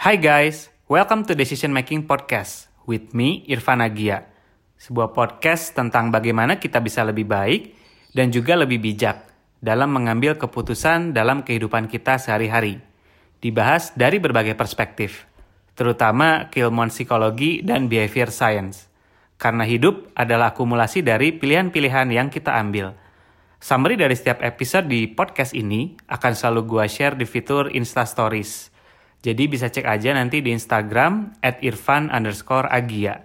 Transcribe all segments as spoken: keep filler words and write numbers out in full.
Hi guys, welcome to Decision Making Podcast with me, Irfan Agia. Sebuah podcast tentang bagaimana kita bisa lebih baik dan juga lebih bijak dalam mengambil keputusan dalam kehidupan kita sehari-hari. Dibahas dari berbagai perspektif, terutama keilmuan psikologi dan behavior science. Karena hidup adalah akumulasi dari pilihan-pilihan yang kita ambil. Summary dari setiap episode di podcast ini akan selalu gua share di fitur Insta Stories. Jadi bisa cek aja nanti di Instagram at irfan underscore agia.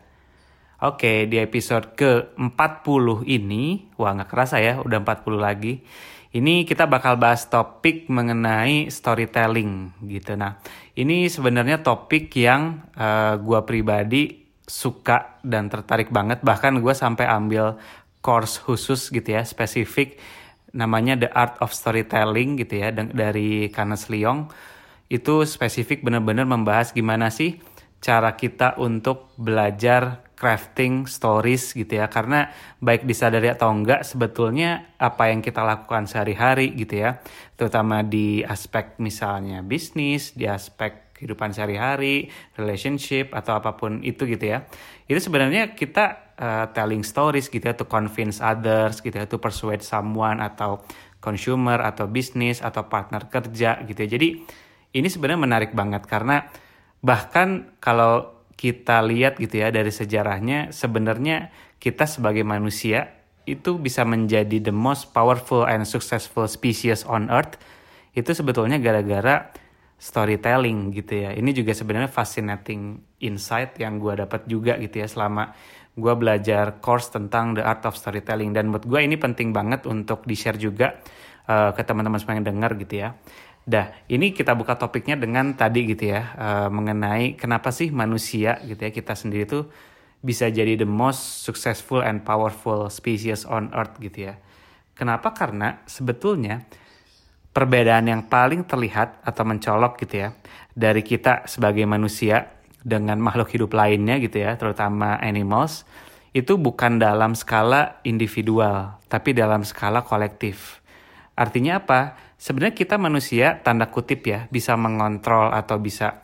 Oke, di episode ke empat puluh ini, wah gak kerasa ya, udah empat puluh lagi. Ini kita bakal bahas topik mengenai storytelling gitu. Nah, ini sebenarnya topik yang uh, gue pribadi suka dan tertarik banget. Bahkan gue sampai ambil course khusus gitu ya, spesifik namanya The Art of Storytelling gitu ya, dari Cannes Lions. Itu spesifik benar-benar membahas gimana sih cara kita untuk belajar crafting stories gitu ya. Karena baik disadari atau enggak, sebetulnya apa yang kita lakukan sehari-hari gitu ya, terutama di aspek misalnya bisnis, di aspek kehidupan sehari-hari, relationship atau apapun itu gitu ya, itu sebenarnya kita uh, telling stories gitu ya, to convince others gitu ya, to persuade someone atau consumer atau bisnis atau partner kerja gitu ya. Jadi ini sebenarnya menarik banget karena bahkan kalau kita lihat gitu ya dari sejarahnya, sebenarnya kita sebagai manusia itu bisa menjadi the most powerful and successful species on earth itu sebetulnya gara-gara storytelling gitu ya. Ini juga sebenarnya fascinating insight yang gue dapat juga gitu ya selama gue belajar course tentang the art of storytelling. Dan buat gue ini penting banget untuk di-share juga uh, ke teman-teman semua yang dengar gitu ya. Dah, ini kita buka topiknya dengan tadi gitu ya, uh, mengenai kenapa sih manusia gitu ya, kita sendiri tuh bisa jadi the most successful and powerful species on earth gitu ya. Kenapa? Karena sebetulnya perbedaan yang paling terlihat atau mencolok gitu ya, dari kita sebagai manusia dengan makhluk hidup lainnya gitu ya, terutama animals, itu bukan dalam skala individual, tapi dalam skala kolektif. Artinya apa? Sebenarnya kita manusia, tanda kutip ya, bisa mengontrol atau bisa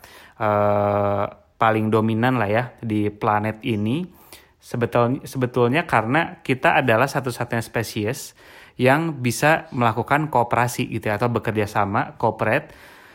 uh, paling dominan lah ya di planet ini. Sebetulnya, sebetulnya karena kita adalah satu-satunya spesies yang bisa melakukan kooperasi gitu ya, atau bekerja sama, cooperate,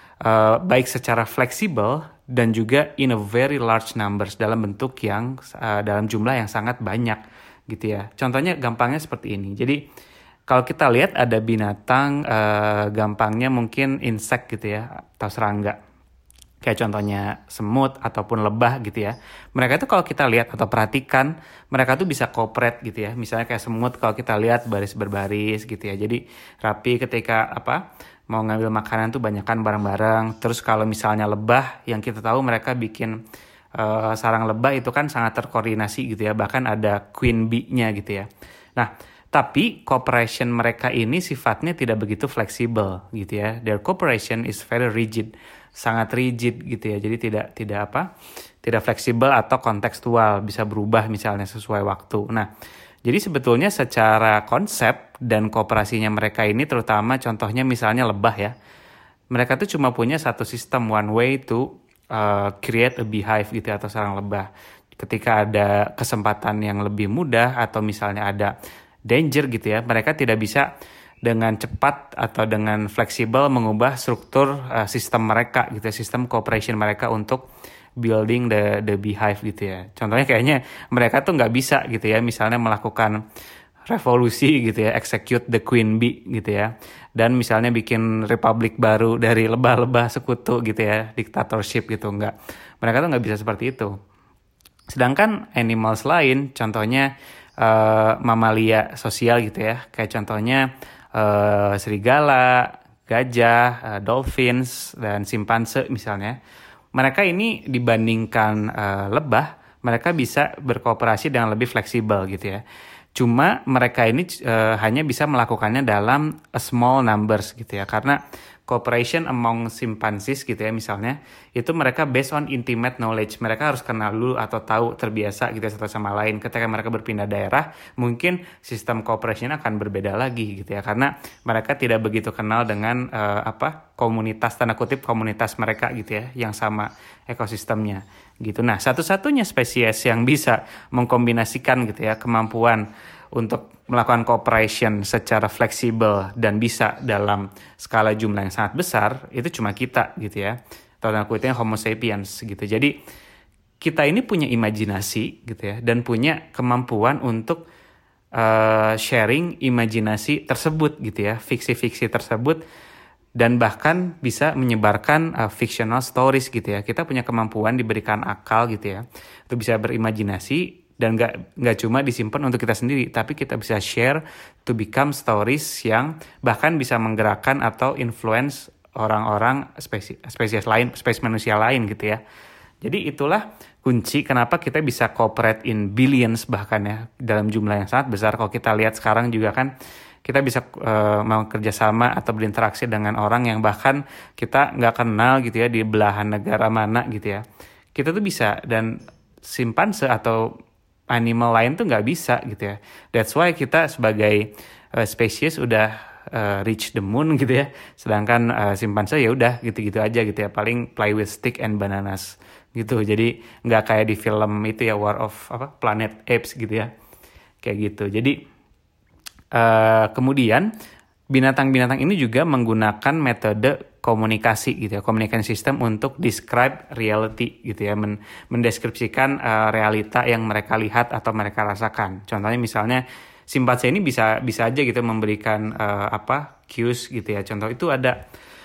uh, baik secara fleksibel dan juga in a very large numbers, dalam bentuk yang uh, dalam jumlah yang sangat banyak gitu ya. Contohnya gampangnya seperti ini. Jadi kalau kita lihat ada binatang, uh, gampangnya mungkin insek gitu ya, atau serangga. Kayak contohnya semut ataupun lebah gitu ya. Mereka tuh kalau kita lihat atau perhatikan, mereka tuh bisa cooperate gitu ya. Misalnya kayak semut kalau kita lihat baris berbaris gitu ya. Jadi rapi ketika apa mau ngambil makanan tuh banyakan bareng-bareng. Terus kalau misalnya lebah, yang kita tahu mereka bikin uh, sarang lebah itu kan sangat terkoordinasi gitu ya. Bahkan ada queen bee-nya gitu ya. Nah, tapi cooperation mereka ini sifatnya tidak begitu fleksibel gitu ya. Their cooperation is very rigid, sangat rigid gitu ya. Jadi tidak tidak apa? Tidak fleksibel atau kontekstual, bisa berubah misalnya sesuai waktu. Nah, jadi sebetulnya secara konsep dan kooperasinya mereka ini, terutama contohnya misalnya lebah ya. Mereka tuh cuma punya satu sistem, one way to uh, create a beehive gitu ya, atau sarang lebah. Ketika ada kesempatan yang lebih mudah atau misalnya ada danger gitu ya, mereka tidak bisa dengan cepat atau dengan fleksibel mengubah struktur uh, sistem mereka gitu ya, sistem cooperation mereka untuk building the the beehive gitu ya. Contohnya kayaknya mereka tuh nggak bisa gitu ya, misalnya melakukan revolusi gitu ya, execute the queen bee gitu ya, dan misalnya bikin republik baru dari lebah-lebah sekutu gitu ya, dictatorship gitu, nggak. Mereka tuh nggak bisa seperti itu. Sedangkan animals lain, contohnya Uh, mamalia sosial gitu ya, kayak contohnya uh, serigala, gajah, uh, dolphins, dan simpanse misalnya. Mereka ini dibandingkan uh, lebah, mereka bisa berkooperasi dengan lebih fleksibel gitu ya. Cuma mereka ini uh, hanya bisa melakukannya dalam a small numbers gitu ya, karena cooperation among chimpanzees gitu ya misalnya, itu mereka based on intimate knowledge. Mereka harus kenal dulu atau tahu terbiasa gitu ya satu sama lain. Ketika mereka berpindah daerah, mungkin sistem cooperation akan berbeda lagi gitu ya, karena mereka tidak begitu kenal dengan uh, apa komunitas, tanda kutip komunitas mereka gitu ya, yang sama ekosistemnya gitu. Nah, satu-satunya spesies yang bisa mengkombinasikan gitu ya kemampuan untuk melakukan cooperation secara fleksibel dan bisa dalam skala jumlah yang sangat besar, itu cuma kita gitu ya. Atau tanda kutipnya Homo sapiens gitu. Jadi kita ini punya imajinasi gitu ya, dan punya kemampuan untuk uh, sharing imajinasi tersebut gitu ya, fiksi-fiksi tersebut, dan bahkan bisa menyebarkan uh, fictional stories gitu ya. Kita punya kemampuan, diberikan akal gitu ya, untuk bisa berimajinasi, dan gak, gak cuma disimpan untuk kita sendiri, tapi kita bisa share to become stories yang bahkan bisa menggerakkan atau influence orang-orang spesies, spesies lain, spesies manusia lain gitu ya. Jadi itulah kunci kenapa kita bisa cooperate in billions bahkan ya, dalam jumlah yang sangat besar. Kalau kita lihat sekarang juga kan, kita bisa uh, mau kerjasama atau berinteraksi dengan orang yang bahkan kita gak kenal gitu ya, di belahan negara mana gitu ya. Kita tuh bisa, dan simpanse atau animal lain tuh nggak bisa gitu ya. That's why kita sebagai uh, spesies udah uh, reach the moon gitu ya. Sedangkan uh, simpanse ya udah gitu-gitu aja gitu ya. Paling play with stick and bananas gitu. Jadi nggak kayak di film itu ya, War of apa Planet Apes gitu ya. Kayak gitu. Jadi uh, kemudian binatang-binatang ini juga menggunakan metode komunikasi gitu ya, communication system untuk describe reality gitu ya, men- mendeskripsikan uh, realita yang mereka lihat atau mereka rasakan. Contohnya misalnya simpanse ini bisa bisa aja gitu memberikan uh, apa cues gitu ya. Contoh itu ada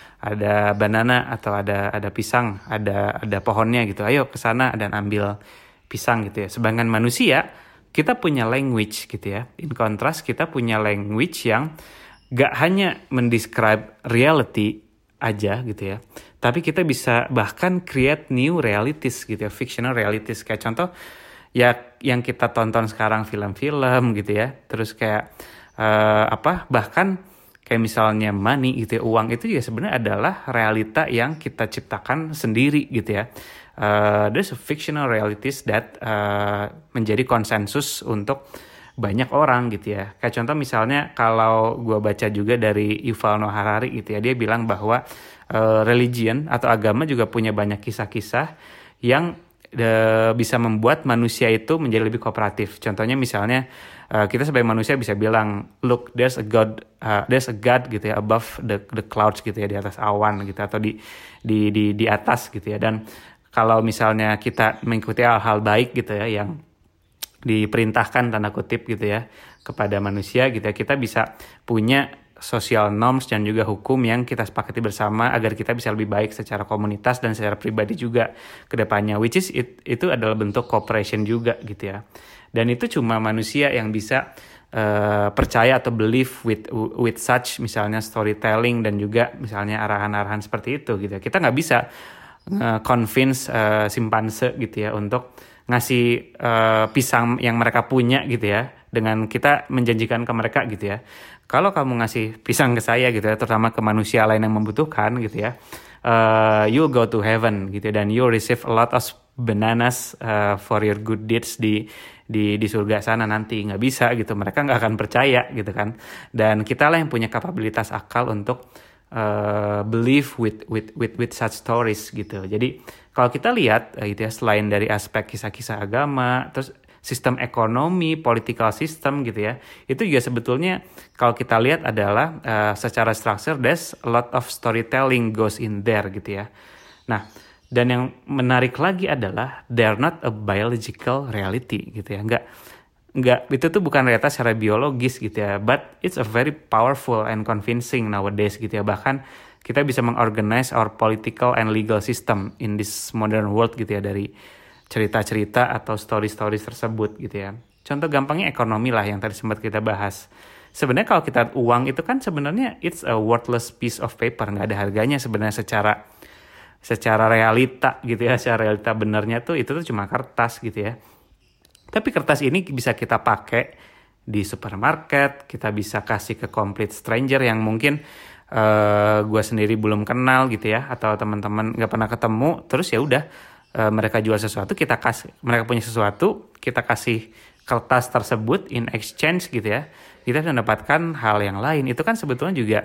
ada banana atau ada ada pisang, ada ada pohonnya gitu. Ayo ke sana dan ambil pisang gitu ya. Sedangkan manusia kita punya language gitu ya. In contrast kita punya language yang gak hanya mendescribe reality aja gitu ya, tapi kita bisa bahkan create new realities gitu ya, fictional realities. Kayak contoh ya yang kita tonton sekarang film-film gitu ya, terus kayak uh, apa bahkan kayak misalnya money gitu ya, uang itu juga sebenarnya adalah realita yang kita ciptakan sendiri gitu ya. Uh, there's a fictional realities that uh, menjadi konsensus untuk banyak orang gitu ya. Kayak contoh misalnya kalau gue baca juga dari Yuval Noah Harari gitu ya, dia bilang bahwa uh, religion atau agama juga punya banyak kisah-kisah yang uh, bisa membuat manusia itu menjadi lebih kooperatif. Contohnya misalnya uh, kita sebagai manusia bisa bilang, look, there's a God, uh, there's a God gitu ya above the the clouds gitu ya, di atas awan gitu, atau di di di di atas gitu ya. Dan kalau misalnya kita mengikuti hal-hal baik gitu ya yang diperintahkan tanda kutip gitu ya kepada manusia gitu ya, kita bisa punya social norms dan juga hukum yang kita sepakati bersama agar kita bisa lebih baik secara komunitas dan secara pribadi juga ke depannya, which is it, itu adalah bentuk cooperation juga gitu ya. Dan itu cuma manusia yang bisa uh, percaya atau believe with with such misalnya storytelling dan juga misalnya arahan-arahan seperti itu gitu ya. Kita nggak bisa uh, convince uh, simpanse gitu ya untuk ngasih uh, pisang yang mereka punya gitu ya, dengan kita menjanjikan ke mereka gitu ya, kalau kamu ngasih pisang ke saya gitu ya, terutama ke manusia lain yang membutuhkan gitu ya, uh, you'll go to heaven gitu ya, dan you'll receive a lot of bananas uh, for your good deeds di di di surga sana nanti. Nggak bisa gitu, mereka nggak akan percaya gitu kan. Dan kita lah yang punya kapabilitas akal untuk uh, believe with with with with such stories gitu. Jadi kalau kita lihat gitu ya, selain dari aspek kisah-kisah agama, terus sistem ekonomi, political system gitu ya, itu juga sebetulnya kalau kita lihat adalah uh, secara structure there's a lot of storytelling goes in there gitu ya. Nah, dan yang menarik lagi adalah they're not a biological reality gitu ya, nggak nggak itu tuh bukan realitas secara biologis gitu ya, but it's a very powerful and convincing nowadays gitu ya. Bahkan kita bisa mengorganize our political and legal system in this modern world gitu ya, dari cerita-cerita atau story-story tersebut gitu ya. Contoh gampangnya ekonomi lah yang tadi sempat kita bahas. Sebenarnya kalau kita uang itu kan sebenarnya it's a worthless piece of paper, nggak ada harganya sebenarnya secara secara realita gitu ya, secara realita benernya tuh itu tuh cuma kertas gitu ya. Tapi kertas ini bisa kita pakai di supermarket, kita bisa kasih ke complete stranger yang mungkin uh, gue sendiri belum kenal gitu ya, atau teman-teman nggak pernah ketemu, terus ya udah uh, mereka jual sesuatu, kita kasih, mereka punya sesuatu, kita kasih kertas tersebut in exchange gitu ya, kita mendapatkan hal yang lain. Itu kan sebetulnya juga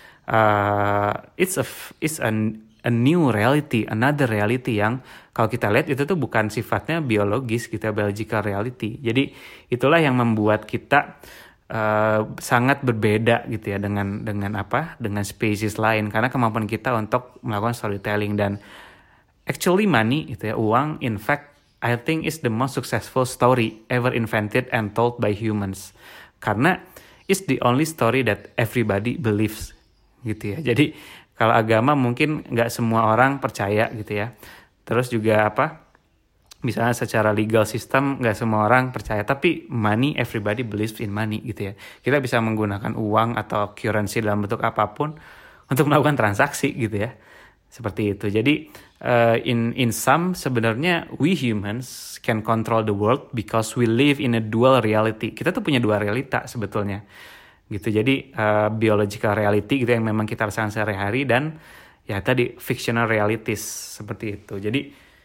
uh, it's a it's a, a new reality, another reality yang kalau kita lihat itu tuh bukan sifatnya biologis, kita biological reality. Jadi itulah yang membuat kita uh, sangat berbeda gitu ya dengan dengan apa? Dengan spesies lain, karena kemampuan kita untuk melakukan storytelling. Dan actually money gitu ya, uang in fact I think is the most successful story ever invented and told by humans. Karena it's the only story that everybody believes gitu ya. Jadi kalau agama mungkin nggak semua orang percaya gitu ya. Terus juga apa? Misalnya secara legal system nggak semua orang percaya. Tapi money, everybody believes in money gitu ya. Kita bisa menggunakan uang atau currency dalam bentuk apapun untuk melakukan transaksi gitu ya. Seperti itu. Jadi uh, in in sum sebenarnya we humans can control the world because we live in a dual reality. Kita tuh punya dua realita sebetulnya. Gitu. Jadi uh, biological reality gitu yang memang kita rasakan sehari-hari, dan ya tadi fictional realities seperti itu. Jadi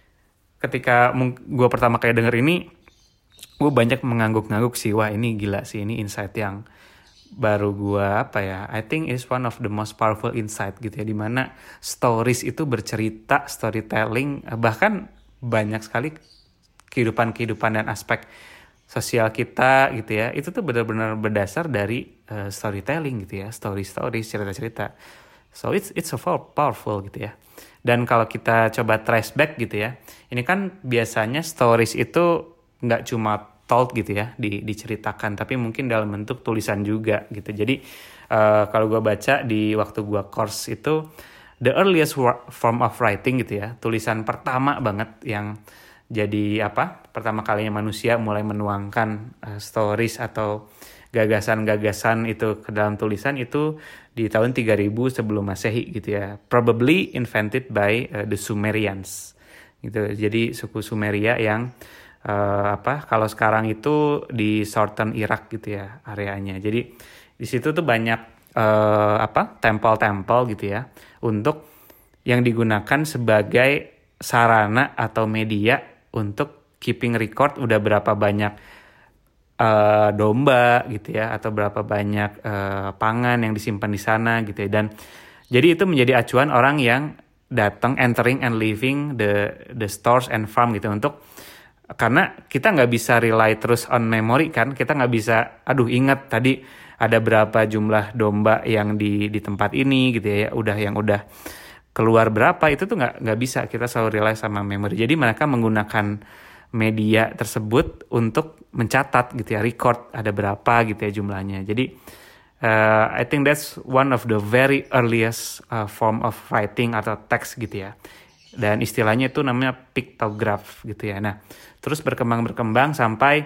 ketika gue pertama kali denger ini, gue banyak mengangguk-ngangguk sih, wah ini gila sih, ini insight yang baru gue apa ya, I think is one of the most powerful insight gitu ya, dimana stories itu bercerita, storytelling, bahkan banyak sekali kehidupan-kehidupan dan aspek sosial kita gitu ya, itu tuh benar-benar berdasar dari uh, storytelling gitu ya, story-story, cerita-cerita. So it's it's so powerful gitu ya. Dan kalau kita coba trace back gitu ya, ini kan biasanya stories itu nggak cuma told gitu ya, di, diceritakan, tapi mungkin dalam bentuk tulisan juga gitu. Jadi uh, kalau gue baca di waktu gue course itu, the earliest form of writing gitu ya, tulisan pertama banget yang jadi apa, pertama kalinya manusia mulai menuangkan uh, stories atau gagasan-gagasan itu ke dalam tulisan itu di tahun tiga ribu sebelum Masehi gitu ya, probably invented by uh, the Sumerians gitu. Jadi suku Sumeria yang Uh, apa kalau sekarang itu di Southern Irak gitu ya areanya. Jadi di situ tuh banyak uh, apa tempel-tempel gitu ya, untuk yang digunakan sebagai sarana atau media untuk keeping record udah berapa banyak uh, domba gitu ya, atau berapa banyak uh, pangan yang disimpan di sana gitu ya. Dan jadi itu menjadi acuan orang yang datang, entering and leaving the the stores and farm gitu, untuk karena kita nggak bisa rely terus on memory kan, kita nggak bisa, aduh ingat tadi ada berapa jumlah domba yang di di tempat ini gitu ya, udah yang udah keluar berapa, itu tuh nggak nggak bisa, kita selalu rely sama memory. Jadi mereka menggunakan media tersebut untuk mencatat gitu ya, record ada berapa gitu ya jumlahnya. Jadi uh, I think that's one of the very earliest uh, form of writing atau text gitu ya. Dan istilahnya itu namanya pictograph gitu ya. Nah, terus berkembang-berkembang sampai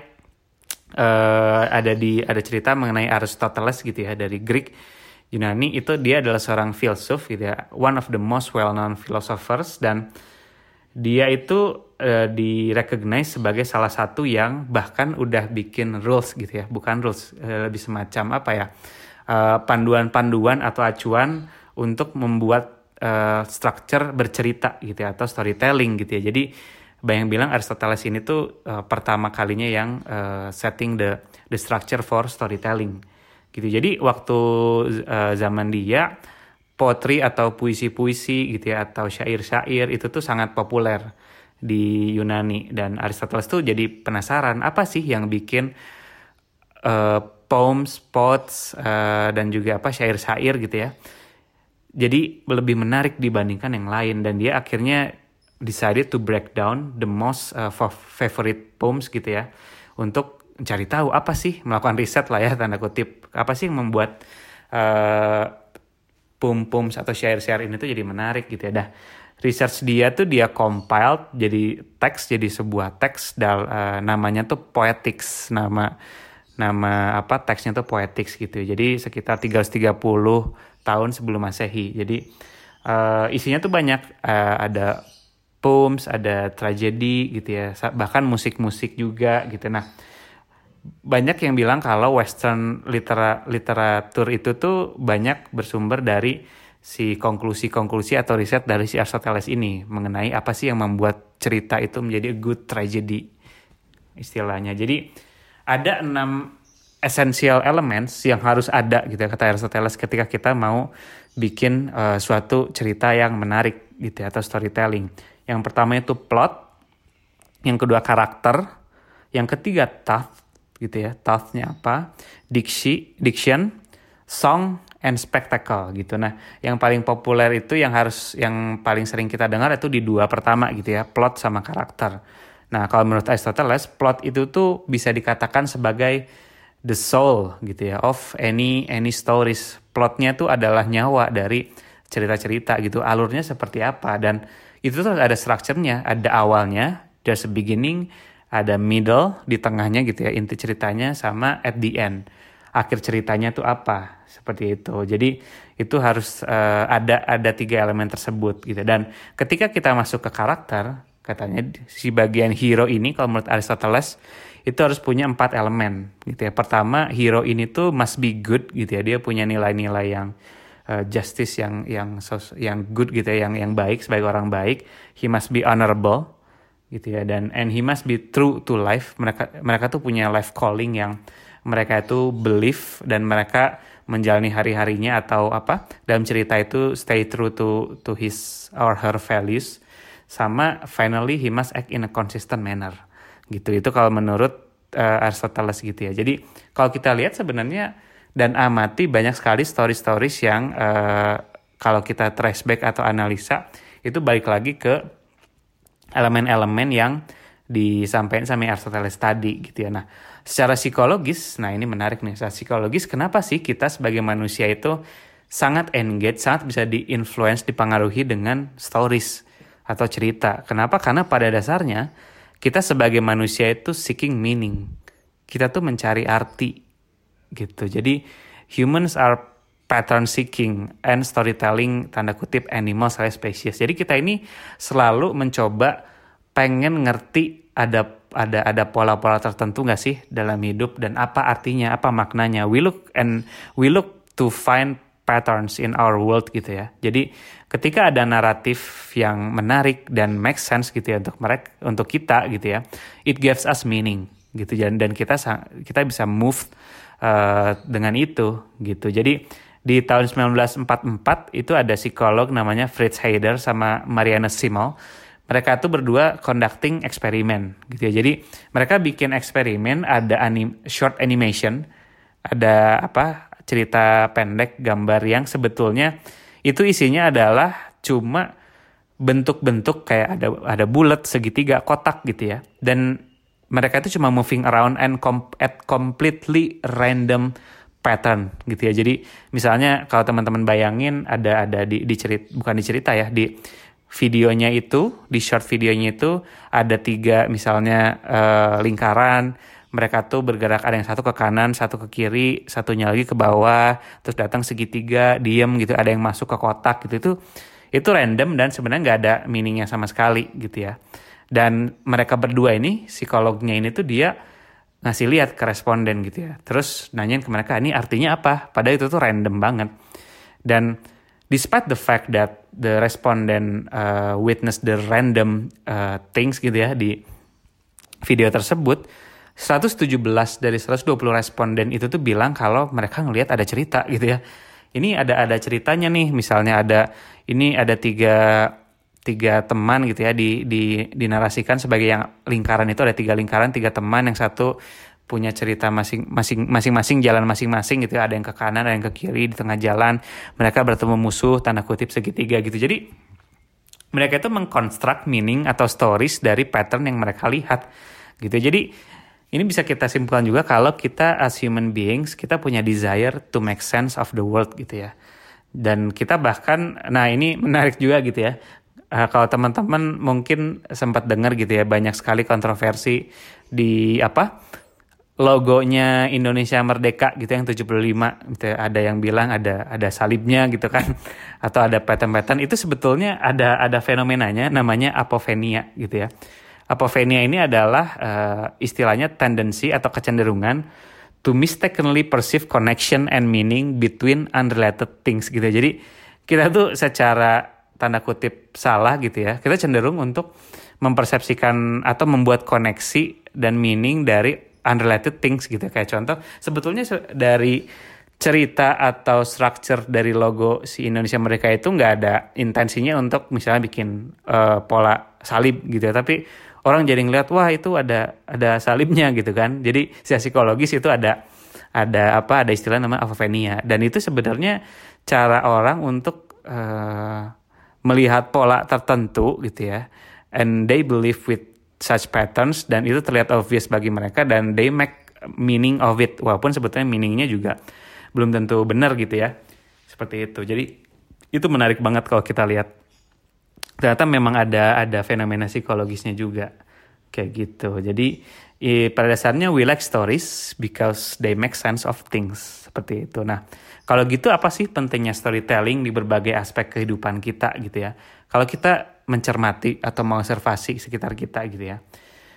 uh, ada di ada cerita mengenai Aristoteles gitu ya, dari Greek Yunani. Itu dia adalah seorang filsuf gitu ya, one of the most well-known philosophers, dan dia itu uh, di-recognize sebagai salah satu yang bahkan udah bikin rules gitu ya, bukan rules, uh, lebih semacam apa ya, uh, panduan-panduan atau acuan untuk membuat Uh, structure bercerita gitu ya, atau storytelling gitu ya. Jadi banyak bilang Aristoteles ini tuh uh, pertama kalinya yang uh, setting the the structure for storytelling gitu. Jadi waktu uh, zaman dia, poetry atau puisi-puisi gitu ya, atau syair-syair itu tuh sangat populer di Yunani. Dan Aristoteles tuh jadi penasaran, apa sih yang bikin uh, poems, poets uh, dan juga apa syair-syair gitu ya, jadi lebih menarik dibandingkan yang lain. Dan dia akhirnya decided to break down the most uh, favorite poems gitu ya, untuk mencari tahu apa sih, melakukan riset lah ya tanda kutip, apa sih yang membuat uh, poem-poems atau syair-syair ini tuh jadi menarik gitu ya. Dah research dia tuh dia compiled jadi teks, jadi sebuah teks dal uh, namanya tuh Poetics, nama nama apa teksnya tuh Poetics gitu. Jadi sekitar tiga ratus tiga puluh tahun sebelum Masehi. Jadi uh, isinya tuh banyak, uh, ada poems, ada tragedi gitu ya, bahkan musik-musik juga gitu. Nah, banyak yang bilang kalau Western litera, literatur itu tuh banyak bersumber dari si konklusi-konklusi atau riset dari si Aristoteles ini mengenai apa sih yang membuat cerita itu menjadi a good tragedy istilahnya. Jadi ada enam essential elements yang harus ada gitu ya, kata Aristoteles, ketika kita mau bikin uh, suatu cerita yang menarik gitu ya, atau storytelling. Yang pertama itu plot, yang kedua karakter, yang ketiga thought gitu ya, thought-nya apa, diksi, diction, song, and spectacle gitu. Nah, yang paling populer itu yang harus yang paling sering kita dengar itu di dua pertama gitu ya, plot sama karakter. Nah, kalau menurut Aristoteles, plot itu tuh bisa dikatakan sebagai the soul gitu ya of any any stories. Plotnya tuh adalah nyawa dari cerita-cerita gitu. Alurnya seperti apa, dan itu tuh ada strukturnya, ada awalnya, there's a beginning, ada middle di tengahnya gitu ya, inti ceritanya, sama at the end. Akhir ceritanya tuh apa, seperti itu. Jadi itu harus uh, ada ada tiga elemen tersebut gitu. Dan ketika kita masuk ke karakter, katanya si bagian hero ini kalau menurut Aristoteles itu harus punya empat elemen gitu ya. Pertama, hero ini tuh must be good gitu ya. Dia punya nilai-nilai yang uh, justice yang yang yang good gitu ya, yang yang baik, sebagai orang baik. He must be honorable gitu ya, dan and he must be true to life. Mereka mereka tuh punya life calling yang mereka itu believe, dan mereka menjalani hari-harinya atau apa dalam cerita itu stay true to to his or her values. Sama finally he must act in a consistent manner gitu. Itu kalau menurut uh, Aristoteles gitu ya. Jadi kalau kita lihat sebenarnya dan amati, banyak sekali story-stories yang uh, kalau kita trace back atau analisa itu balik lagi ke elemen-elemen yang disampaikan sama Aristoteles tadi gitu ya. Nah, secara psikologis, nah ini menarik nih, secara psikologis kenapa sih kita sebagai manusia itu sangat engage, sangat bisa di-influence, dipengaruhi dengan stories atau cerita. Kenapa? Karena pada dasarnya kita sebagai manusia itu seeking meaning. Kita tuh mencari arti gitu. Jadi humans are pattern seeking and storytelling, tanda kutip, animals slash species. Jadi kita ini selalu mencoba pengen ngerti ada ada ada pola-pola tertentu nggak sih dalam hidup, dan apa artinya, apa maknanya. We look and we look to find patterns in our world gitu ya. Jadi ketika ada naratif yang menarik dan make sense gitu ya untuk mereka, untuk kita gitu ya, it gives us meaning gitu, dan dan kita kita bisa move uh, dengan itu gitu. Jadi di tahun sembilan belas empat puluh empat itu ada psikolog namanya Fritz Heider sama Marianne Simmel. Mereka tuh berdua conducting eksperimen gitu ya. Jadi mereka bikin eksperimen, ada anim, short animation, ada apa cerita pendek gambar yang sebetulnya itu isinya adalah cuma bentuk-bentuk kayak ada ada bulat, segitiga, kotak gitu ya. Dan mereka itu cuma moving around and com- at completely random pattern gitu ya. Jadi misalnya kalau teman-teman bayangin ada ada di di cerita, bukan di cerita ya, di videonya itu, di short videonya itu ada tiga misalnya uh, lingkaran, mereka tuh bergerak, ada yang satu ke kanan, satu ke kiri, satunya lagi ke bawah, terus datang segitiga, diem gitu, ada yang masuk ke kotak gitu. Itu itu random dan sebenarnya nggak ada meaningnya sama sekali gitu ya. Dan mereka berdua ini, psikolognya ini tuh dia ngasih lihat ke responden gitu ya, terus nanyain ke mereka ini artinya apa, padahal itu tuh random banget. Dan despite the fact that the respondent uh, witness the random uh, things gitu ya di video tersebut, seratus tujuh belas dari seratus dua puluh responden itu tuh bilang kalau mereka ngelihat ada cerita gitu ya. Ini ada ada ceritanya nih, misalnya ada ini ada tiga tiga teman gitu ya, di di dinarasikan sebagai yang lingkaran itu ada tiga lingkaran, tiga teman, yang satu punya cerita masing-masing masing-masing jalan masing-masing gitu ya. Ada yang ke kanan, ada yang ke kiri, di tengah jalan mereka bertemu musuh, tanda kutip segitiga gitu. Jadi mereka itu mengkonstruk meaning atau stories dari pattern yang mereka lihat gitu. Jadi ini bisa kita simpulkan juga kalau kita as human beings, kita punya desire to make sense of the world gitu ya. Dan kita bahkan, nah ini menarik juga gitu ya, uh, kalau teman-teman mungkin sempat dengar gitu ya, banyak sekali kontroversi di apa logonya Indonesia Merdeka gitu yang tujuh puluh lima gitu ya. Ada yang bilang ada ada salibnya gitu kan, atau ada pattern-pattern. Itu sebetulnya ada ada fenomenanya namanya apophenia gitu ya. Apophenia ini adalah uh, istilahnya tendency atau kecenderungan to mistakenly perceive connection and meaning between unrelated things gitu. Jadi kita tuh secara tanda kutip salah gitu ya. Kita cenderung untuk mempersepsikan atau membuat koneksi dan meaning dari unrelated things gitu. Kayak contoh, sebetulnya dari cerita atau structure dari logo si Indonesia Merdeka itu nggak ada intensinya untuk misalnya bikin uh, pola salib gitu ya. Tapi orang jadi ngeliat, wah itu ada ada salibnya gitu kan. Jadi secara psikologis itu ada ada apa ada istilah namanya apophenia, dan itu sebenarnya cara orang untuk uh, melihat pola tertentu gitu ya, and they believe with such patterns, dan itu terlihat obvious bagi mereka dan they make meaning of it, walaupun sebetulnya meaningnya juga belum tentu benar gitu ya, seperti itu. Jadi itu menarik banget kalau kita lihat. Ternyata memang ada ada fenomena psikologisnya juga kayak gitu. Jadi i, pada dasarnya we like stories because they make sense of things, seperti itu. Nah, kalau gitu apa sih pentingnya storytelling di berbagai aspek kehidupan kita gitu ya? Kalau kita mencermati atau mengobservasi sekitar kita gitu ya.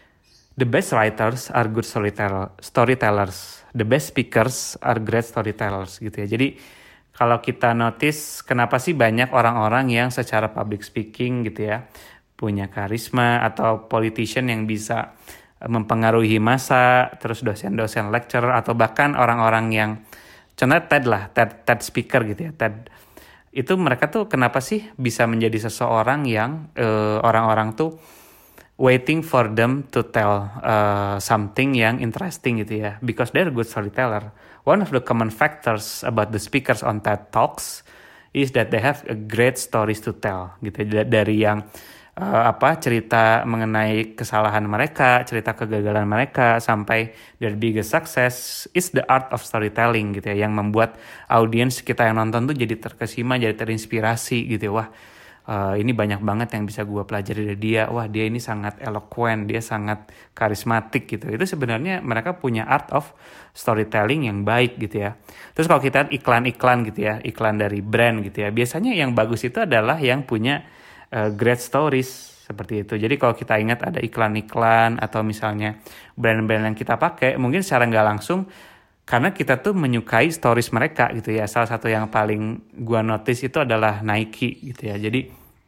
The best writers are good storyteller, storytellers. The best speakers are great storytellers gitu ya. Jadi kalau kita notice kenapa sih banyak orang-orang yang secara public speaking gitu ya punya karisma, atau politician yang bisa mempengaruhi massa, terus dosen-dosen lecturer, atau bahkan orang-orang yang contohnya TED lah, TED, TED speaker gitu ya, TED itu mereka tuh kenapa sih bisa menjadi seseorang yang uh, orang-orang tuh waiting for them to tell uh, something yang interesting gitu ya, because they're good storyteller. One of the common factors about the speakers on TED Talks is that they have a great stories to tell gitu. Dari yang uh, apa cerita mengenai kesalahan mereka, cerita kegagalan mereka, sampai their biggest success is the art of storytelling gitu ya, yang membuat audiens kita yang nonton tuh jadi terkesima, jadi terinspirasi gitu ya. Wah, Uh, ini banyak banget yang bisa gue pelajari dari dia. Wah, dia ini sangat eloquent, dia sangat karismatik gitu. Itu sebenarnya mereka punya art of storytelling yang baik gitu ya. Terus kalau kita lihat iklan-iklan gitu ya, iklan dari brand gitu ya, biasanya yang bagus itu adalah yang punya uh, great stories seperti itu. Jadi kalau kita ingat ada iklan-iklan atau misalnya brand-brand yang kita pakai, mungkin secara nggak langsung karena kita tuh menyukai stories mereka gitu ya. Salah satu yang paling gua notice itu adalah Nike gitu ya. Jadi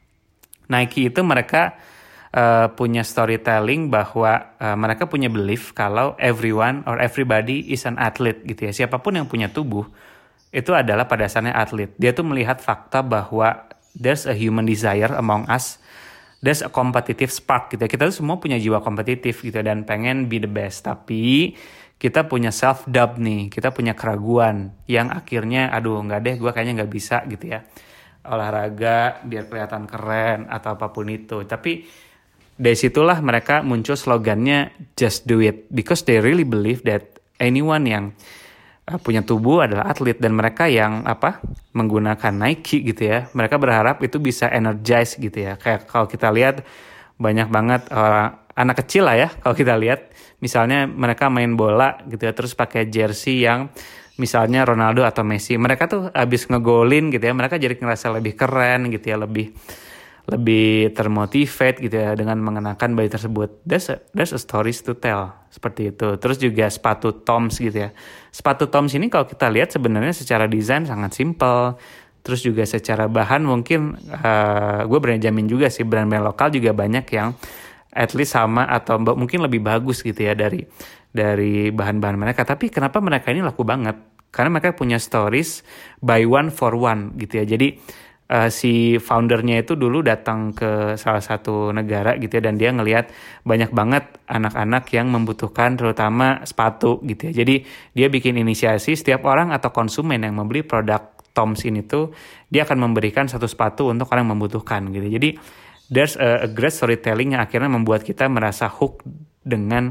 Nike itu mereka uh, punya storytelling bahwa uh, mereka punya belief kalau everyone or everybody is an athlete gitu ya. Siapapun yang punya tubuh itu adalah pada dasarnya atlet. Dia tuh melihat fakta bahwa there's a human desire among us, there's a competitive spark gitu ya. Kita tuh semua punya jiwa kompetitif gitu dan pengen be the best. Tapi kita punya self-doubt nih, kita punya keraguan yang akhirnya, aduh nggak deh, gue kayaknya nggak bisa gitu ya. Olahraga biar kelihatan keren atau apapun itu. Tapi dari situlah mereka muncul slogannya just do it. Because they really believe that anyone yang uh, punya tubuh adalah atlet. Dan mereka yang apa menggunakan Nike gitu ya, mereka berharap itu bisa energize gitu ya. Kayak kalau kita lihat banyak banget orang anak kecil lah ya, kalau kita lihat misalnya mereka main bola gitu ya, terus pakai jersey yang misalnya Ronaldo atau Messi, mereka tuh abis ngegolin gitu ya, mereka jadi ngerasa lebih keren gitu ya, lebih lebih termotivate gitu ya dengan mengenakan baju tersebut. There's a, there's a stories to tell seperti itu. Terus juga sepatu Toms gitu ya, sepatu Toms ini kalau kita lihat sebenarnya secara desain sangat simple. Terus juga secara bahan mungkin uh, gue berani jamin juga sih brand-brand lokal juga banyak yang at least sama atau mungkin lebih bagus gitu ya dari dari bahan-bahan mereka. Tapi kenapa mereka ini laku banget? Karena mereka punya stories buy one for one gitu ya. Jadi uh, si foundernya itu dulu datang ke salah satu negara gitu ya, dan dia ngelihat banyak banget anak-anak yang membutuhkan terutama sepatu gitu ya. Jadi dia bikin inisiasi setiap orang atau konsumen yang membeli produk Toms ini tuh dia akan memberikan satu sepatu untuk orang yang membutuhkan gitu. Jadi there's a, a great storytelling yang akhirnya membuat kita merasa hook dengan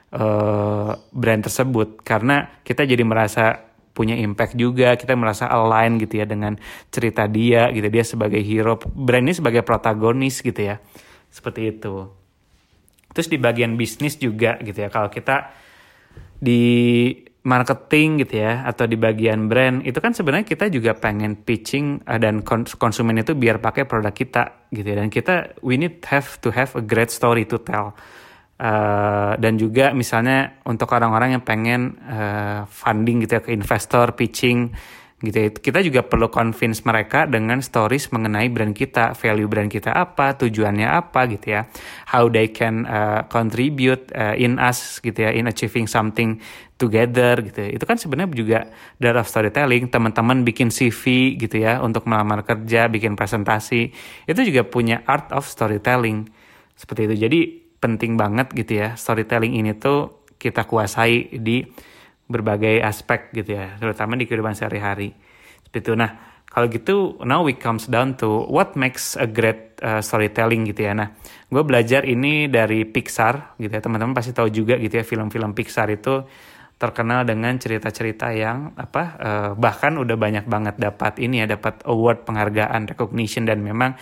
uh, brand tersebut, karena kita jadi merasa punya impact juga, kita merasa align gitu ya dengan cerita dia gitu, dia sebagai hero, brand ini sebagai protagonis gitu ya, seperti itu. Terus di bagian bisnis juga gitu ya, kalau kita di marketing gitu ya, atau di bagian brand, itu kan sebenarnya kita juga pengen pitching uh, dan kons- konsumen itu biar pakai produk kita gitu ya. Dan kita we need have to have a great story to tell. Uh, dan juga misalnya untuk orang-orang yang pengen uh, funding gitu ya, ke investor, pitching gitu ya, kita juga perlu convince mereka dengan stories mengenai brand kita, value brand kita apa, tujuannya apa gitu ya, how they can uh, contribute uh, in us gitu ya, in achieving something together gitu ya. Itu kan sebenarnya juga dari storytelling. Teman-teman bikin C V gitu ya untuk melamar kerja, bikin presentasi, itu juga punya art of storytelling seperti itu. Jadi penting banget gitu ya, storytelling ini tuh kita kuasai di berbagai aspek gitu ya, terutama di kehidupan sehari-hari seperti itu. Nah, kalau gitu now we comes down to what makes a great uh, storytelling gitu ya. Nah, gue belajar ini dari Pixar gitu ya. Teman-teman pasti tahu juga gitu ya, film-film Pixar itu terkenal dengan cerita-cerita yang apa uh, bahkan udah banyak banget dapat ini ya, dapat award, penghargaan, recognition, dan memang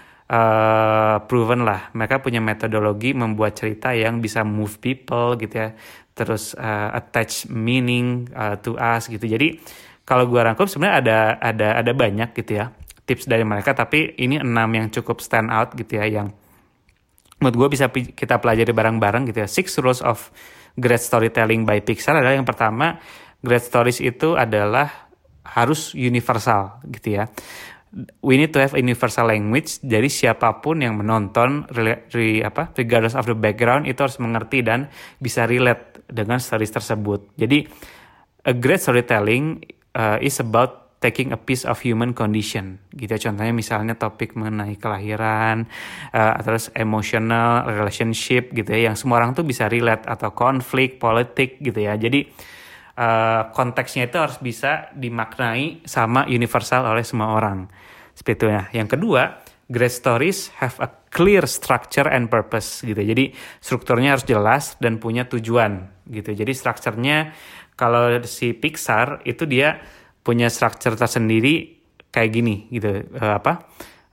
uh, proven lah. Mereka punya metodologi membuat cerita yang bisa move people gitu ya, terus uh, attach meaning uh, to us gitu. Jadi kalau gue rangkum sebenarnya ada ada ada banyak gitu ya tips dari mereka, tapi ini enam yang cukup stand out gitu ya, yang menurut gue bisa pi- kita pelajari bareng-bareng gitu ya. Six rules of great storytelling by Pixar adalah yang pertama, great stories itu adalah harus universal gitu ya. We need to have a universal language. Jadi siapapun yang menonton, re, re, apa, regardless of the background, itu harus mengerti dan bisa relate dengan stories tersebut. Jadi a great storytelling uh, is about taking a piece of human condition gitu. Contohnya misalnya topik mengenai kelahiran, uh, terus emotional, relationship gitu ya, yang semua orang tuh bisa relate, atau konflik, politik gitu ya. Jadi uh, konteksnya itu harus bisa dimaknai sama universal oleh semua orang. Seperti itu ya. Yang kedua, great stories have a clear structure and purpose gitu. Jadi strukturnya harus jelas dan punya tujuan gitu. Jadi strukturnya kalau si Pixar itu dia punya struktur tersendiri kayak gini gitu. Uh, apa?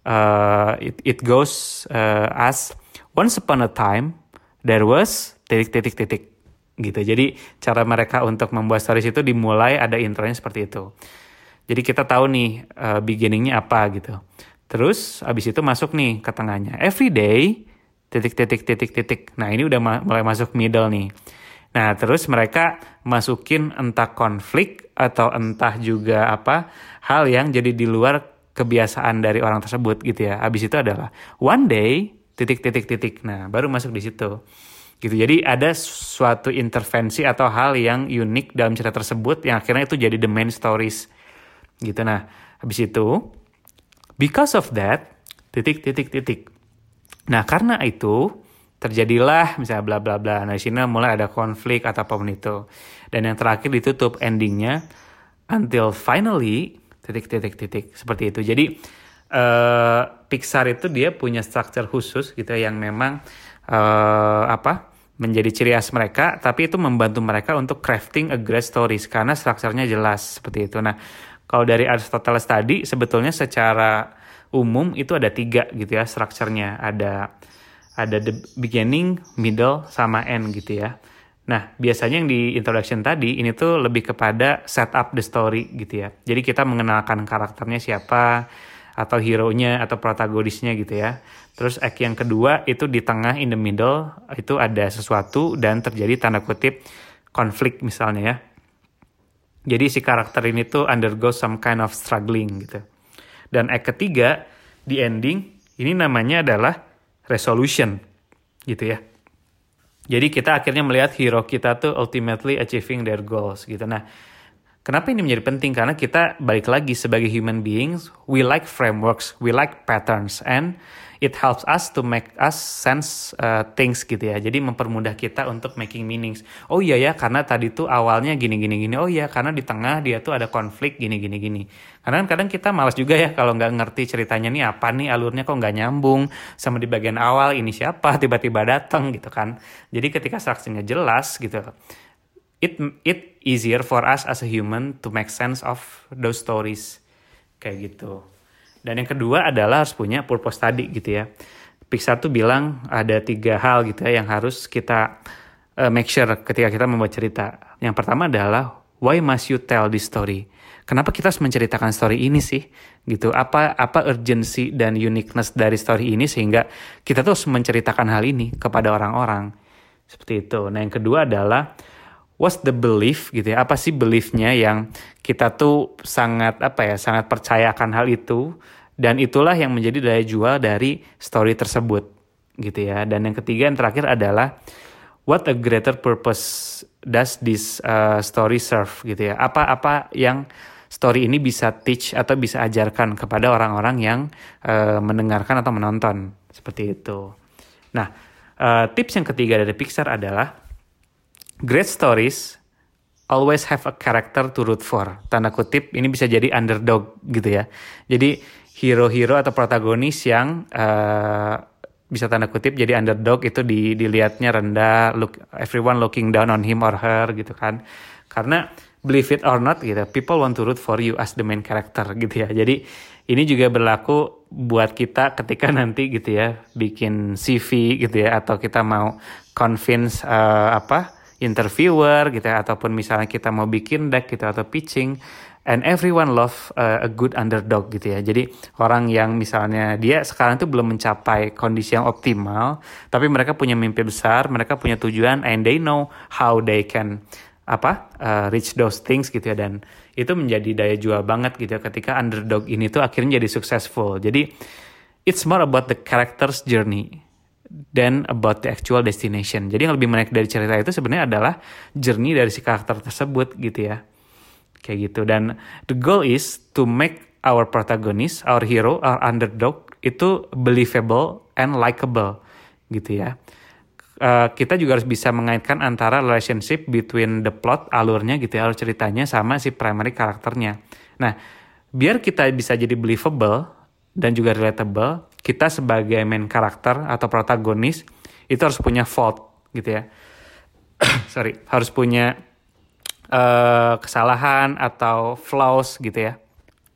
Uh, it, it goes uh, as once upon a time there was titik-titik-titik gitu. Jadi cara mereka untuk membuat stories itu dimulai ada intronya seperti itu. Jadi kita tahu nih uh, beginningnya apa gitu. Terus abis itu masuk nih ke tengahnya. Every day, titik-titik-titik-titik. Nah ini udah ma- mulai masuk middle nih. Nah terus mereka masukin entah konflik atau entah juga apa hal yang jadi di luar kebiasaan dari orang tersebut gitu ya. Abis itu adalah one day, titik-titik-titik. Nah baru masuk di situ. Gitu. Jadi ada suatu intervensi atau hal yang unik dalam cerita tersebut yang akhirnya itu jadi the main stories. Gitu. Nah habis itu because of that, titik-titik-titik. Nah, karena itu terjadilah misalnya bla bla bla. Nah, di sini mulai ada konflik atau apapun itu. Dan yang terakhir ditutup endingnya until finally titik-titik-titik seperti itu. Jadi uh, Pixar itu dia punya struktur khusus gitu yang memang uh, apa? menjadi ciri khas mereka, tapi itu membantu mereka untuk crafting a great stories karena strukturnya jelas seperti itu. Nah, kalau dari Aristoteles tadi sebetulnya secara umum itu ada tiga gitu ya strukturnya. Ada ada the beginning, middle, sama end gitu ya. Nah biasanya yang di introduction tadi ini tuh lebih kepada set up the story gitu ya. Jadi kita mengenalkan karakternya siapa, atau hero-nya atau protagonisnya gitu ya. Terus act yang kedua itu di tengah, in the middle, itu ada sesuatu dan terjadi tanda kutip konflik misalnya ya. Jadi si karakter ini tuh undergo some kind of struggling gitu. Dan act ketiga di ending ini namanya adalah resolution gitu ya. Jadi kita akhirnya melihat hero kita tuh ultimately achieving their goals gitu. Nah, kenapa ini menjadi penting? Karena kita balik lagi sebagai human beings, we like frameworks, we like patterns, and it helps us to make us sense uh, things gitu ya. Jadi mempermudah kita untuk making meanings. Oh iya ya, karena tadi tuh awalnya gini-gini-gini. Oh iya, karena di tengah dia tuh ada konflik gini-gini-gini. Karena kadang kita malas juga ya kalau nggak ngerti ceritanya nih apa nih, alurnya kok nggak nyambung sama di bagian awal, ini siapa tiba-tiba datang gitu kan. Jadi ketika strukturnya jelas gitu, it it easier for us as a human to make sense of those stories kayak gitu. Dan yang kedua adalah harus punya purpose tadi gitu ya. Pixar tuh bilang ada tiga hal gitu ya yang harus kita uh, make sure ketika kita membuat cerita. Yang pertama adalah why must you tell this story? Kenapa kita harus menceritakan story ini sih? Gitu. Apa apa urgency dan uniqueness dari story ini sehingga kita tuh harus menceritakan hal ini kepada orang-orang. Seperti itu. Nah, yang kedua adalah what's the belief gitu ya? Apa sih beliefnya yang kita tuh sangat apa ya? Sangat percayakan hal itu dan itulah yang menjadi daya jual dari story tersebut gitu ya. Dan yang ketiga yang terakhir adalah what a greater purpose does this uh, story serve gitu ya? Apa-apa yang story ini bisa teach atau bisa ajarkan kepada orang-orang yang uh, mendengarkan atau menonton seperti itu. Nah, uh, tips yang ketiga dari Pixar adalah great stories always have a character to root for. Tanda kutip ini bisa jadi underdog gitu ya. Jadi hero-hero atau protagonis yang uh, bisa tanda kutip jadi underdog itu di, dilihatnya rendah, look, everyone looking down on him or her gitu kan. Karena believe it or not gitu, people want to root for you as the main character gitu ya. Jadi ini juga berlaku buat kita ketika nanti gitu ya bikin C V gitu ya, atau kita mau convince uh, apa interviewer gitu ya, ataupun misalnya kita mau bikin deck gitu atau pitching, and everyone love uh, a good underdog gitu ya. Jadi orang yang misalnya dia sekarang tuh belum mencapai kondisi yang optimal, tapi mereka punya mimpi besar, mereka punya tujuan, and they know how they can apa uh, reach those things gitu ya. Dan itu menjadi daya jual banget gitu ya ketika underdog ini tuh akhirnya jadi successful. Jadi it's more about the character's journey than about the actual destination. Jadi yang lebih menarik dari cerita itu sebenarnya adalah journey dari si karakter tersebut gitu ya. Kayak gitu. Dan the goal is to make our protagonist, our hero, our underdog itu believable and likable gitu ya. Uh, kita juga harus bisa mengaitkan antara relationship between the plot, alurnya gitu ya, alur ceritanya sama si primary karakternya. Nah, biar kita bisa jadi believable dan juga relatable, kita sebagai main karakter atau protagonis itu harus punya fault gitu ya. Sorry, harus punya uh, kesalahan atau flaws gitu ya.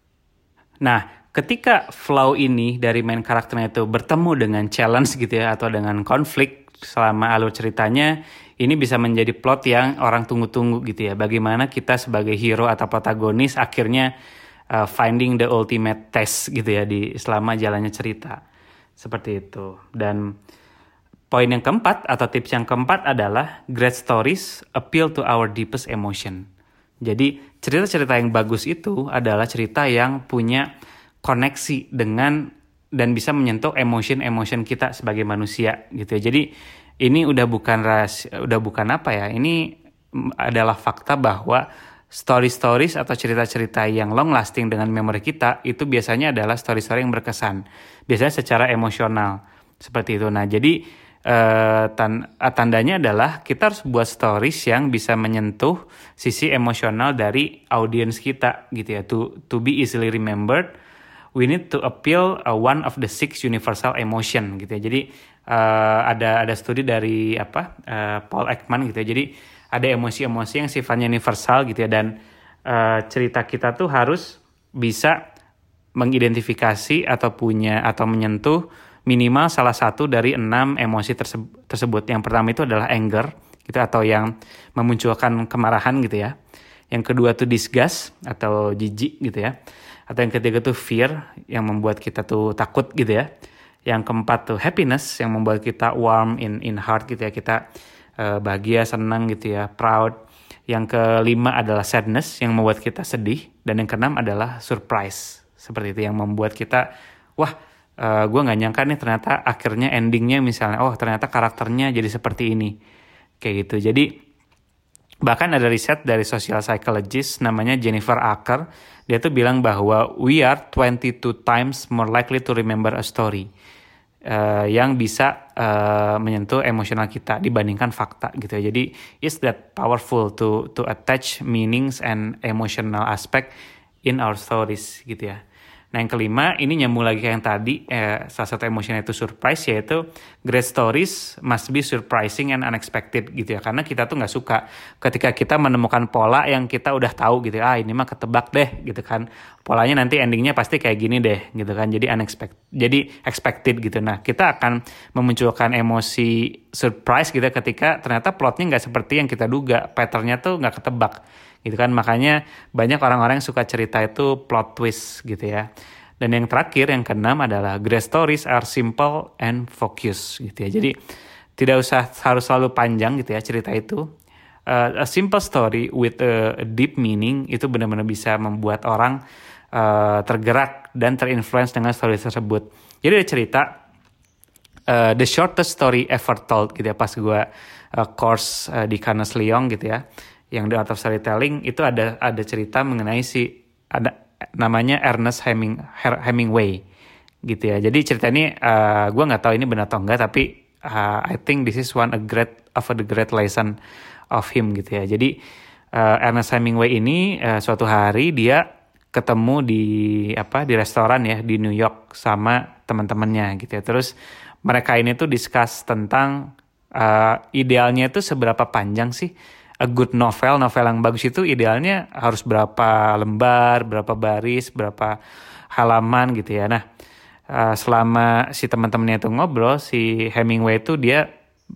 Nah, ketika flaw ini dari main karakternya itu bertemu dengan challenge gitu ya, atau dengan konflik selama alur ceritanya, ini bisa menjadi plot yang orang tunggu-tunggu gitu ya. Bagaimana kita sebagai hero atau protagonis akhirnya uh, finding the ultimate test gitu ya di selama jalannya cerita. Seperti itu. Dan poin yang keempat atau tips yang keempat adalah great stories appeal to our deepest emotion. Jadi cerita-cerita yang bagus itu adalah cerita yang punya koneksi dengan dan bisa menyentuh emotion-emotion kita sebagai manusia gitu ya. Jadi ini udah bukan rahasia, udah bukan apa ya, ini adalah fakta bahwa story-stories atau cerita-cerita yang long lasting dengan memori kita itu biasanya adalah story-story yang berkesan, biasanya secara emosional seperti itu. Nah jadi eh, tan- tandanya adalah kita harus buat stories yang bisa menyentuh sisi emosional dari audiens kita gitu ya. To to be easily remembered, we need to appeal uh, one of the six universal emotion gitu ya. Jadi uh, ada ada studi dari apa uh, Paul Ekman gitu ya. Jadi ada emosi-emosi yang sifatnya universal gitu ya, dan uh, cerita kita tuh harus bisa mengidentifikasi atau punya atau menyentuh minimal salah satu dari enam emosi terse- tersebut. Yang pertama itu adalah anger gitu, atau yang memunculkan kemarahan gitu ya. Yang kedua tuh disgust atau jijik gitu ya. Atau yang ketiga tuh fear yang membuat kita tuh takut gitu ya. Yang keempat tuh happiness yang membuat kita warm in in heart gitu ya. Kita uh, bahagia, senang gitu ya, proud. Yang kelima adalah sadness yang membuat kita sedih. Dan yang keenam adalah surprise. Seperti itu yang membuat kita, wah uh, gue gak nyangka nih ternyata akhirnya endingnya misalnya, oh ternyata karakternya jadi seperti ini. Kayak gitu. Jadi bahkan ada riset dari social psychologist namanya Jennifer Acker. Dia tuh bilang bahwa we are twenty-two times more likely to remember a story uh, yang bisa uh, menyentuh emosional kita dibandingkan fakta gitu ya. Jadi is that powerful to to attach meanings and emotional aspect in our stories gitu ya. Nah yang kelima ini nyambung lagi kayak yang tadi, eh, salah satu emosional itu surprise, yaitu great stories must be surprising and unexpected gitu ya. Karena kita tuh gak suka ketika kita menemukan pola yang kita udah tahu gitu, ah ini mah ketebak deh gitu kan, polanya nanti endingnya pasti kayak gini deh gitu kan, jadi unexpected, jadi expected gitu. Nah kita akan memunculkan emosi surprise gitu ketika ternyata plotnya nggak seperti yang kita duga, patternnya tuh nggak ketebak gitu kan. Makanya banyak orang-orang yang suka cerita itu plot twist gitu ya. Dan yang terakhir, yang keenam adalah great stories are simple and focused gitu ya. Jadi tidak usah harus selalu panjang gitu ya cerita itu. Uh, a simple story with a, a deep meaning itu benar-benar bisa membuat orang uh, tergerak dan terinfluence dengan story tersebut. Jadi ada cerita uh, the shortest story ever told gitu ya, pas gue uh, course uh, di Carnegie Leong gitu ya, yang The Art of Storytelling, itu ada ada cerita mengenai si ada namanya Ernest Heming, Hemingway gitu ya. Jadi cerita ini uh, gue nggak tahu ini benar atau enggak, tapi uh, I think this is one a great of the great lesson of him gitu ya. Jadi uh, Ernest Hemingway ini uh, suatu hari dia ketemu di apa di restoran ya di New York sama teman-temannya gitu ya. Terus mereka ini tuh discuss tentang uh, idealnya itu seberapa panjang sih a good novel, novel yang bagus itu idealnya harus berapa lembar, berapa baris, berapa halaman gitu ya. Nah, uh, selama si teman-temannya itu ngobrol, si Hemingway itu dia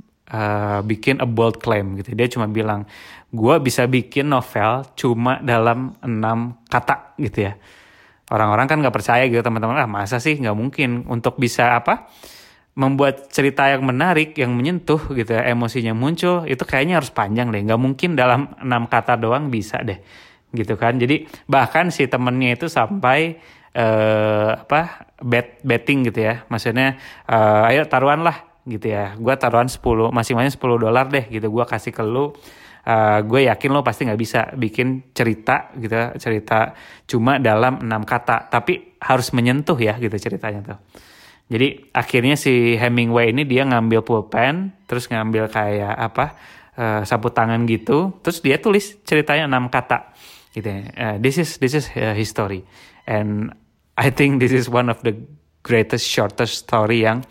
uh, bikin a bold claim gitu. Dia cuma bilang, gue bisa bikin novel cuma dalam enam kata gitu ya. Orang-orang kan gak percaya gitu teman-teman, ah masa sih, gak mungkin untuk bisa apa membuat cerita yang menarik, yang menyentuh gitu ya, emosinya muncul, itu kayaknya harus panjang deh, nggak mungkin dalam enam kata doang bisa deh, gitu kan. Jadi bahkan si temennya itu sampai uh, apa bet betting gitu ya, maksudnya uh, ayo taruhan lah gitu ya, gue taruhan sepuluh, masing-masing sepuluh dolar deh gitu, gue kasih ke lu, uh, gue yakin lo pasti nggak bisa bikin cerita gitu, cerita cuma dalam enam kata, tapi harus menyentuh ya gitu ceritanya tuh. Jadi akhirnya si Hemingway ini dia ngambil pulpen, terus ngambil kayak apa uh, sapu tangan gitu, terus dia tulis ceritanya enam kata, gitu. Uh, this is this is uh, his story, and I think this is one of the greatest shortest story yang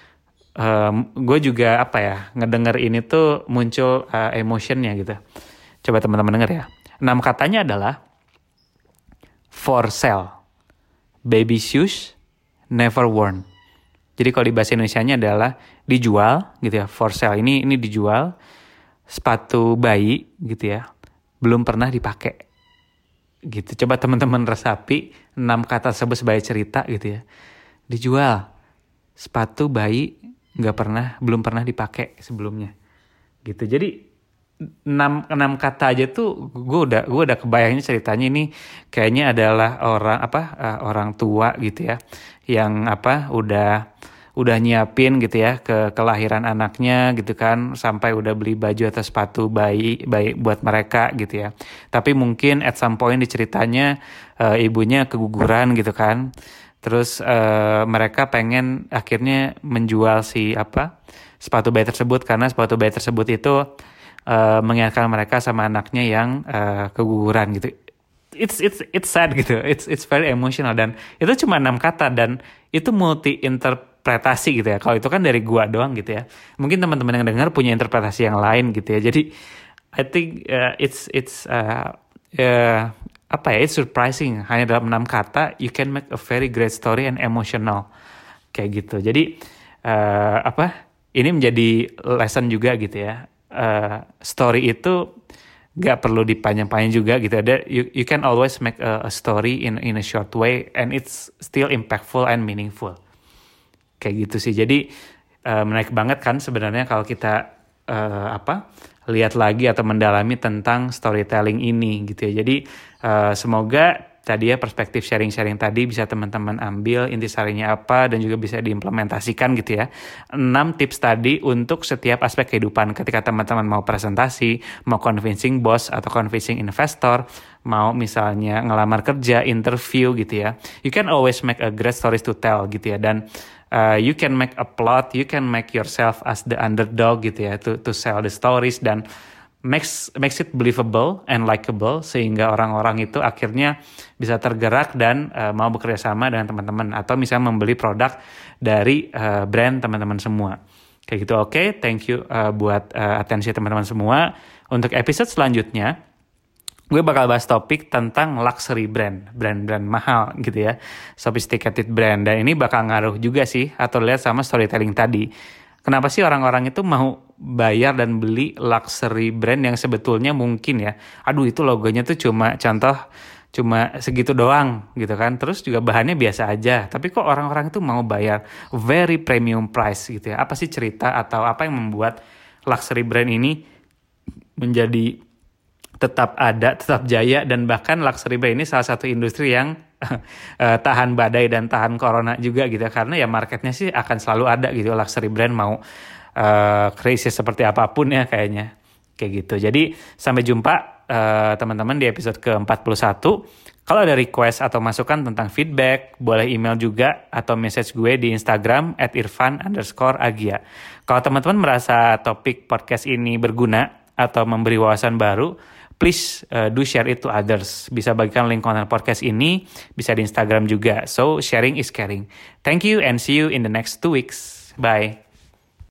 um, gue juga apa ya ngedenger ini tuh muncul uh, emotionnya gitu. Coba teman-teman denger ya. Enam katanya adalah for sale, baby shoes, never worn. Jadi kalau di bahasa Indonesianya adalah dijual gitu ya, for sale. Ini ini dijual, sepatu bayi gitu ya, belum pernah dipakai. Gitu. Coba teman-teman resapi enam kata tersebut sebagai cerita gitu ya. Dijual, sepatu bayi nggak pernah, belum pernah dipakai sebelumnya. Gitu. Jadi enam enam kata aja tuh gue udah gue udah kebayangnya ceritanya ini kayaknya adalah orang apa uh, orang tua gitu ya, yang apa udah udah nyiapin gitu ya ke kelahiran anaknya gitu kan, sampai udah beli baju atau sepatu bayi bayi buat mereka gitu ya. Tapi mungkin at some point di ceritanya uh, ibunya keguguran gitu kan. Terus uh, mereka pengen akhirnya menjual si apa sepatu bayi tersebut, karena sepatu bayi tersebut itu uh, mengingatkan mereka sama anaknya yang uh, keguguran gitu. It's it's it's sad gitu. It's it's very emotional, dan itu cuma enam kata dan itu multi interpretasi gitu ya. Kalau itu kan dari gua doang gitu ya. Mungkin teman-teman yang dengar punya interpretasi yang lain gitu ya. Jadi I think uh, it's it's uh, uh, apa ya? It's surprising. Hanya dalam enam kata you can make a very great story and emotional kayak gitu. Jadi uh, apa? Ini menjadi lesson juga gitu ya. Uh, story itu gak perlu dipanjang-panjang juga gitu. Ada you, you can always make a, a story in in a short way and it's still impactful and meaningful. Kayak gitu sih. Jadi uh, menarik banget kan sebenarnya kalau kita uh, apa lihat lagi atau mendalami tentang storytelling ini gitu ya. Jadi uh, semoga tadi ya perspektif sharing-sharing tadi bisa teman-teman ambil intisarinya apa dan juga bisa diimplementasikan gitu ya. enam tips tadi untuk setiap aspek kehidupan. Ketika teman-teman mau presentasi, mau convincing boss atau convincing investor, mau misalnya ngelamar kerja, interview gitu ya. You can always make a great stories to tell gitu ya. Dan uh, you can make a plot, you can make yourself as the underdog gitu ya to to sell the stories dan makes makes it believable and likable sehingga orang-orang itu akhirnya bisa tergerak dan uh, mau bekerja sama dengan teman-teman atau misalnya membeli produk dari uh, brand teman-teman semua. Kayak gitu. Oke, okay, thank you uh, buat uh, atensi teman-teman semua. Untuk episode selanjutnya gue bakal bahas topik tentang luxury brand, brand-brand mahal gitu ya, sophisticated brand, dan ini bakal ngaruh juga sih atau lihat sama storytelling tadi. kenapa sih orang-orang itu mau bayar dan beli luxury brand yang sebetulnya mungkin ya, aduh itu logonya tuh cuma contoh cuma segitu doang gitu kan, terus juga bahannya biasa aja, tapi kok orang-orang itu mau bayar very premium price gitu ya. Apa sih cerita atau apa yang membuat luxury brand ini menjadi tetap ada, tetap jaya, dan bahkan luxury brand ini salah satu industri yang uh, tahan badai dan tahan corona juga gitu ya, karena ya marketnya sih akan selalu ada gitu luxury brand mau uh, krisis seperti apapun ya kayaknya kayak gitu. Jadi sampai jumpa Uh, teman-teman di episode ke empat puluh satu. Kalau ada request atau masukan tentang feedback, boleh email juga atau message gue di Instagram at irfan underscore agia. Kalau teman-teman merasa topik podcast ini berguna atau memberi wawasan baru, please uh, do share it to others. Bisa bagikan link konten podcast ini, bisa di Instagram juga. So sharing is caring. Thank you and see you in the next two weeks. Bye.